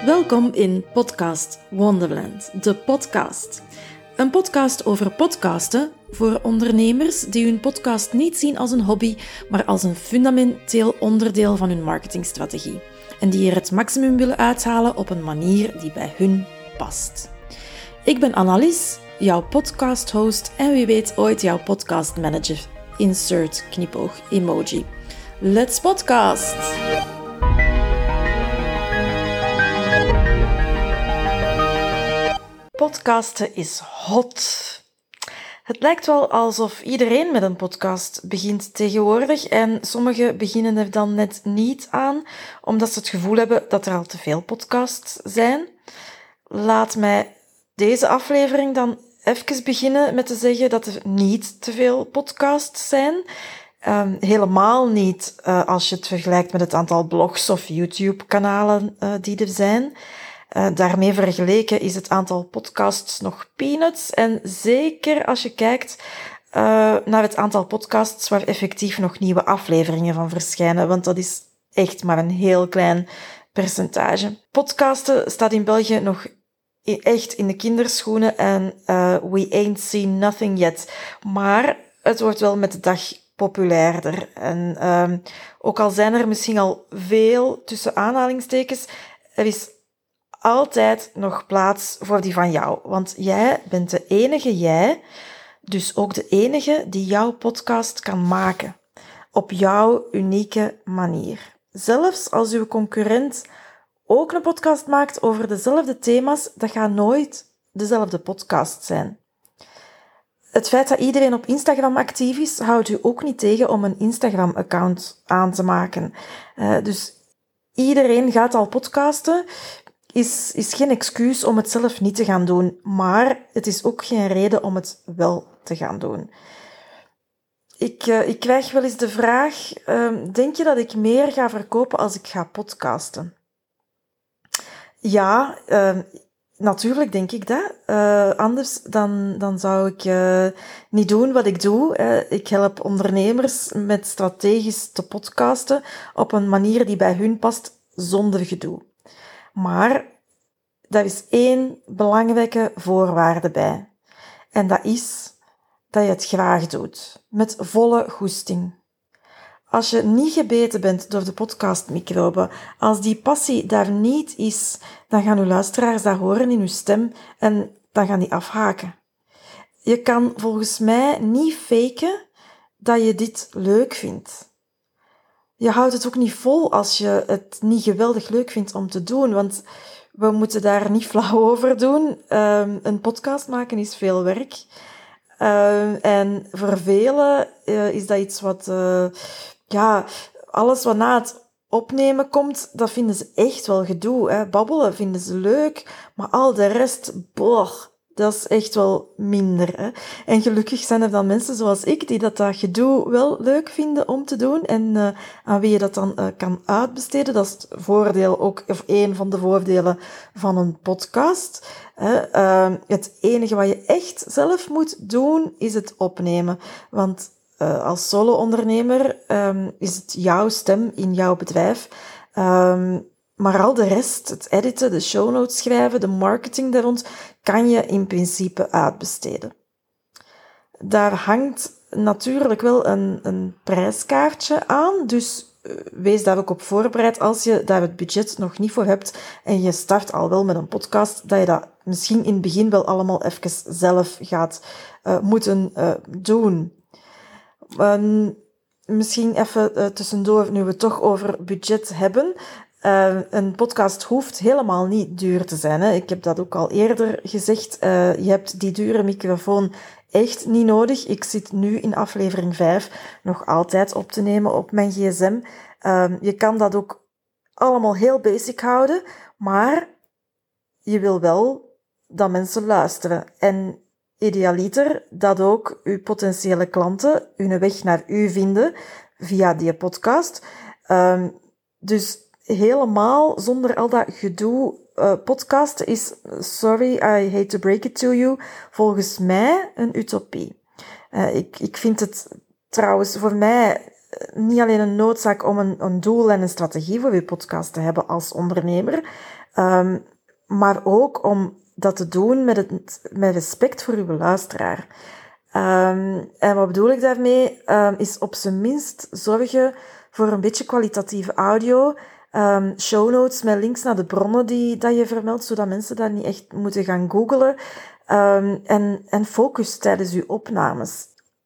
Welkom in Podcast Wonderland, de podcast. Een podcast over podcasten voor ondernemers die hun podcast niet zien als een hobby, maar als een fundamenteel onderdeel van hun marketingstrategie. En die er het maximum willen uithalen op een manier die bij hun past. Ik ben Annalies, jouw podcast-host en wie weet ooit jouw podcast-manager. Insert knipoog emoji. Let's podcast! Podcasten is hot. Het lijkt wel alsof iedereen met een podcast begint tegenwoordig en sommigen beginnen er dan net niet aan, omdat ze het gevoel hebben dat er al te veel podcasts zijn. Laat mij deze aflevering dan even beginnen met te zeggen dat er niet te veel podcasts zijn. Helemaal niet als je het vergelijkt met het aantal blogs of YouTube-kanalen die er zijn. Daarmee vergeleken is het aantal podcasts nog peanuts. En zeker als je kijkt naar het aantal podcasts waar effectief nog nieuwe afleveringen van verschijnen. Want dat is echt maar een heel klein percentage. Podcasten staat in België nog echt in de kinderschoenen en we ain't seen nothing yet. Maar het wordt wel met de dag populairder. En ook al zijn er misschien al veel tussen aanhalingstekens, er is altijd nog plaats voor die van jou. Want jij bent de enige jij, dus ook de enige die jouw podcast kan maken. Op jouw unieke manier. Zelfs als uw concurrent ook een podcast maakt over dezelfde thema's, dat gaat nooit dezelfde podcast zijn. Het feit dat iedereen op Instagram actief is, houdt u ook niet tegen om een Instagram-account aan te maken. Dus iedereen gaat al podcasten. Is geen excuus om het zelf niet te gaan doen, maar het is ook geen reden om het wel te gaan doen. Ik krijg wel eens de vraag, denk je dat ik meer ga verkopen als ik ga podcasten? Ja, natuurlijk denk ik dat. Anders dan zou ik niet doen wat ik doe. Ik help ondernemers met strategisch te podcasten op een manier die bij hun past, zonder gedoe. Maar daar is één belangrijke voorwaarde bij. En dat is dat je het graag doet. Met volle goesting. Als je niet gebeten bent door de podcastmicroben, als die passie daar niet is, dan gaan uw luisteraars dat horen in uw stem en dan gaan die afhaken. Je kan volgens mij niet faken dat je dit leuk vindt. Je houdt het ook niet vol als je het niet geweldig leuk vindt om te doen, want we moeten daar niet flauw over doen. Een podcast maken is veel werk. En voor velen is dat iets wat... alles wat na het opnemen komt, dat vinden ze echt wel gedoe. Hè. Babbelen vinden ze leuk, maar al de rest, dat is echt wel minder. Hè. En gelukkig zijn er dan mensen zoals ik die dat gedoe wel leuk vinden om te doen en aan wie je dat dan kan uitbesteden. Dat is het voordeel ook, of één van de voordelen van een podcast. Het enige wat je echt zelf moet doen, is het opnemen. Want als solo-ondernemer is het jouw stem in jouw bedrijf. Maar al de rest, het editen, de show notes schrijven, de marketing daar rond, kan je in principe uitbesteden. Daar hangt natuurlijk wel een prijskaartje aan, dus wees daar ook op voorbereid als je daar het budget nog niet voor hebt en je start al wel met een podcast, dat je dat misschien in het begin wel allemaal even zelf gaat moeten doen. Misschien even tussendoor, nu we het toch over budget hebben. Een podcast hoeft helemaal niet duur te zijn. Hè. Ik heb dat ook al eerder gezegd. Je hebt die dure microfoon echt niet nodig. Ik zit nu in aflevering 5 nog altijd op te nemen op mijn gsm. Je kan dat ook allemaal heel basic houden, maar je wil wel dat mensen luisteren. En idealiter dat ook uw potentiële klanten hun weg naar u vinden via die podcast. Dus helemaal zonder al dat gedoe podcasten is, sorry, I hate to break it to you, volgens mij een utopie. Ik vind het trouwens voor mij niet alleen een noodzaak om een doel en een strategie voor je podcast te hebben als ondernemer, Maar ook om dat te doen met respect voor uw luisteraar. En wat bedoel ik daarmee? Is op zijn minst zorgen voor een beetje kwalitatieve audio. Show notes met links naar de bronnen dat je vermeldt, zodat mensen daar niet echt moeten gaan googlen. En focus tijdens uw opnames.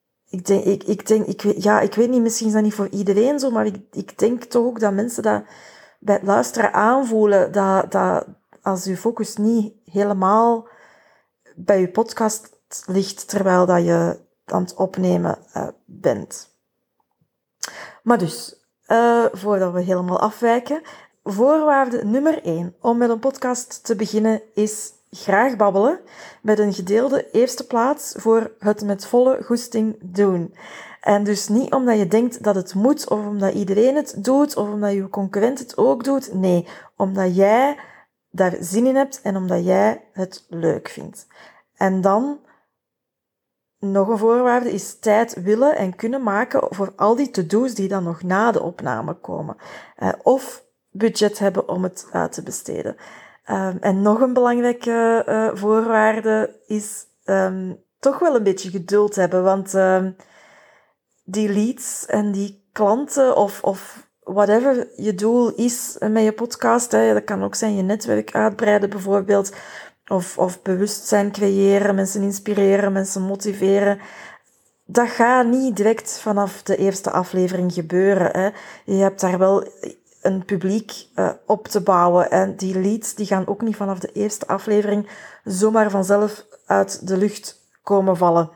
Ik weet niet, misschien is dat niet voor iedereen zo, maar ik denk toch ook dat mensen dat bij het luisteren aanvoelen, dat als uw focus niet helemaal bij je podcast ligt, terwijl dat je aan het opnemen bent. Maar dus, voordat we helemaal afwijken, voorwaarde nummer 1 om met een podcast te beginnen is graag babbelen, met een gedeelde eerste plaats voor het met volle goesting doen. En dus niet omdat je denkt dat het moet, of omdat iedereen het doet, of omdat je concurrent het ook doet. Nee, omdat jij daar zin in hebt en omdat jij het leuk vindt. En dan, nog een voorwaarde, is tijd willen en kunnen maken voor al die to-do's die dan nog na de opname komen. Of budget hebben om het uit te besteden. En nog een belangrijke voorwaarde is toch wel een beetje geduld hebben, want die leads en die klanten of whatever je doel is met je podcast, dat kan ook zijn je netwerk uitbreiden bijvoorbeeld, of bewustzijn creëren, mensen inspireren, mensen motiveren. Dat gaat niet direct vanaf de eerste aflevering gebeuren. Hè. Je hebt daar wel een publiek op te bouwen. En die leads die gaan ook niet vanaf de eerste aflevering zomaar vanzelf uit de lucht komen vallen.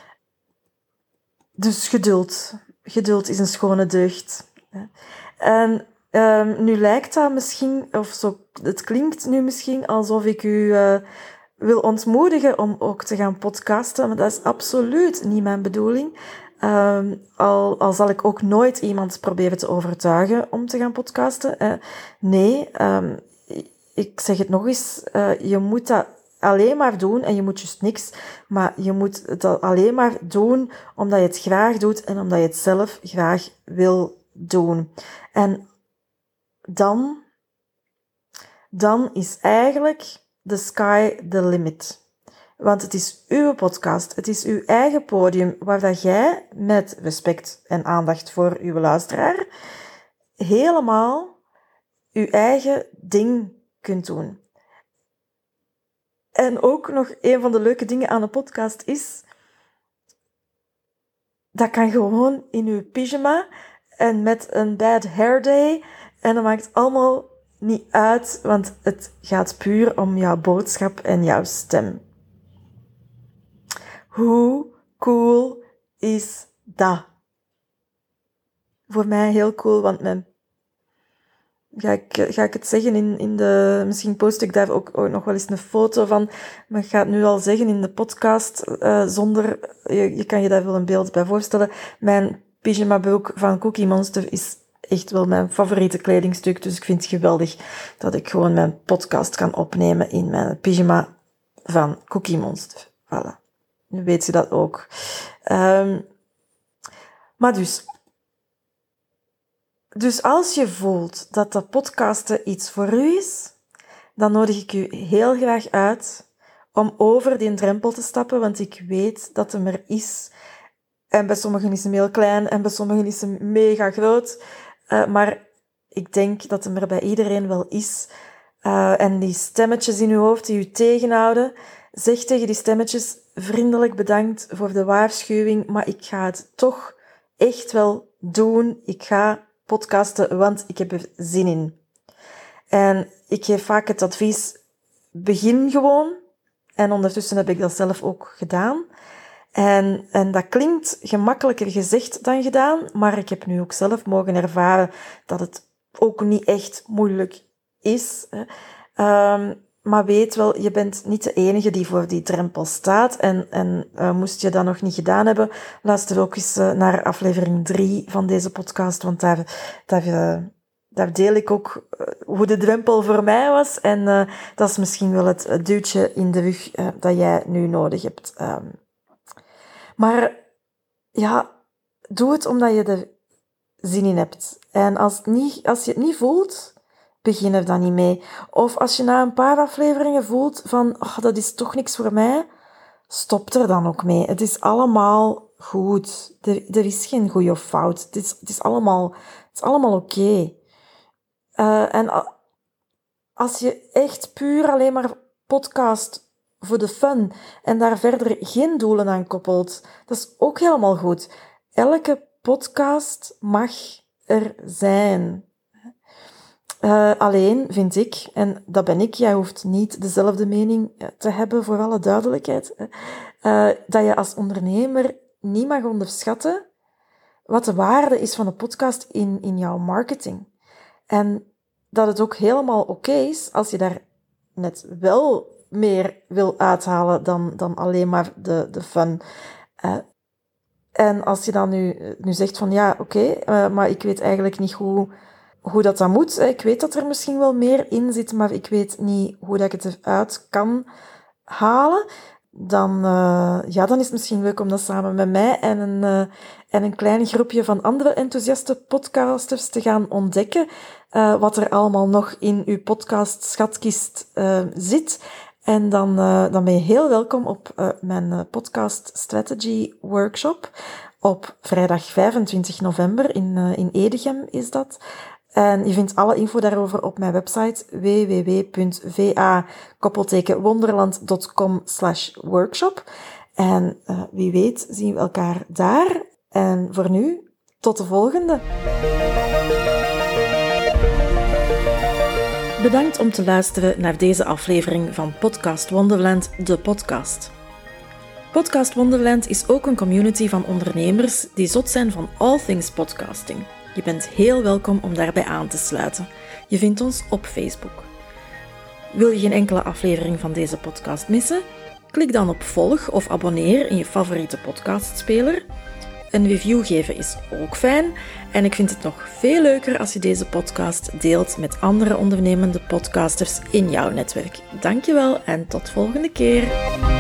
Dus geduld. Geduld is een schone deugd. En nu lijkt dat misschien, of zo, het klinkt nu misschien alsof ik u wil ontmoedigen om ook te gaan podcasten, maar dat is absoluut niet mijn bedoeling. Al zal ik ook nooit iemand proberen te overtuigen om te gaan podcasten. Nee, ik zeg het nog eens, je moet dat alleen maar doen, en je moet juist niks, maar je moet dat alleen maar doen omdat je het graag doet en omdat je het zelf graag wil doen. En dan is eigenlijk the sky the limit. Want het is uw podcast, het is uw eigen podium waar dat jij met respect en aandacht voor uw luisteraar helemaal uw eigen ding kunt doen. En ook nog een van de leuke dingen aan een podcast is, dat kan gewoon in uw pyjama en met een bad hair day, en dat maakt allemaal niet uit, want het gaat puur om jouw boodschap en jouw stem. Hoe cool is dat? Voor mij heel cool, want ga ik het zeggen in de... Misschien post ik daar ook nog wel eens een foto van, maar ik ga het nu al zeggen in de podcast, zonder... Je kan je daar wel een beeld bij voorstellen. Mijn pyjama-broek van Cookie Monster is echt wel mijn favoriete kledingstuk, dus ik vind het geweldig dat ik gewoon mijn podcast kan opnemen in mijn pyjama van Cookie Monster. Voilà. Nu weet je dat ook. Maar dus als je voelt dat dat podcasten iets voor u is, dan nodig ik u heel graag uit om over die drempel te stappen, want ik weet dat hem er is. En bij sommigen is hem heel klein en bij sommigen is hem mega groot. Maar ik denk dat hem er bij iedereen wel is. En die stemmetjes in uw hoofd die u tegenhouden, zeg tegen die stemmetjes vriendelijk bedankt voor de waarschuwing, maar ik ga het toch echt wel doen. Ik ga podcasten, want ik heb er zin in. En ik geef vaak het advies, begin gewoon. En ondertussen heb ik dat zelf ook gedaan. En dat klinkt gemakkelijker gezegd dan gedaan, maar ik heb nu ook zelf mogen ervaren dat het ook niet echt moeilijk is. Maar weet wel, je bent niet de enige die voor die drempel staat. En moest je dat nog niet gedaan hebben, luister ook eens naar aflevering 3 van deze podcast, want daar deel ik ook hoe de drempel voor mij was. En dat is misschien wel het duwtje in de rug dat jij nu nodig hebt. Maar ja, doe het omdat je er zin in hebt. En als je het niet voelt, begin er dan niet mee. Of als je na een paar afleveringen voelt van, dat is toch niks voor mij, stop er dan ook mee. Het is allemaal goed. Er is geen goed of fout. Het is allemaal oké. En als je echt puur alleen maar podcast voor de fun en daar verder geen doelen aan koppelt, dat is ook helemaal goed. Elke podcast mag er zijn. Alleen vind ik, en dat ben ik, jij hoeft niet dezelfde mening te hebben, voor alle duidelijkheid, dat je als ondernemer niet mag onderschatten wat de waarde is van een podcast in jouw marketing. En dat het ook helemaal oké is als je daar net wel meer wil uithalen dan alleen maar de fun. En als je dan nu zegt van ja, oké, maar ik weet eigenlijk niet hoe dat moet. Ik weet dat er misschien wel meer in zit, maar ik weet niet hoe dat ik het eruit kan halen. Dan is het misschien leuk om dat samen met mij en een klein groepje van andere enthousiaste podcasters te gaan ontdekken. Wat er allemaal nog in uw podcast schatkist zit. En dan ben je heel welkom op mijn podcast strategy workshop. Op vrijdag 25 november in Edegem is dat. En je vindt alle info daarover op mijn website www.va-wonderland.com/workshop. En wie weet zien we elkaar daar. En voor nu, tot de volgende. Bedankt om te luisteren naar deze aflevering van Podcast Wonderland, de podcast. Podcast Wonderland is ook een community van ondernemers die zot zijn van all things podcasting. Je bent heel welkom om daarbij aan te sluiten. Je vindt ons op Facebook. Wil je geen enkele aflevering van deze podcast missen? Klik dan op volg of abonneer in je favoriete podcastspeler. Een review geven is ook fijn. En ik vind het nog veel leuker als je deze podcast deelt met andere ondernemende podcasters in jouw netwerk. Dankjewel en tot volgende keer.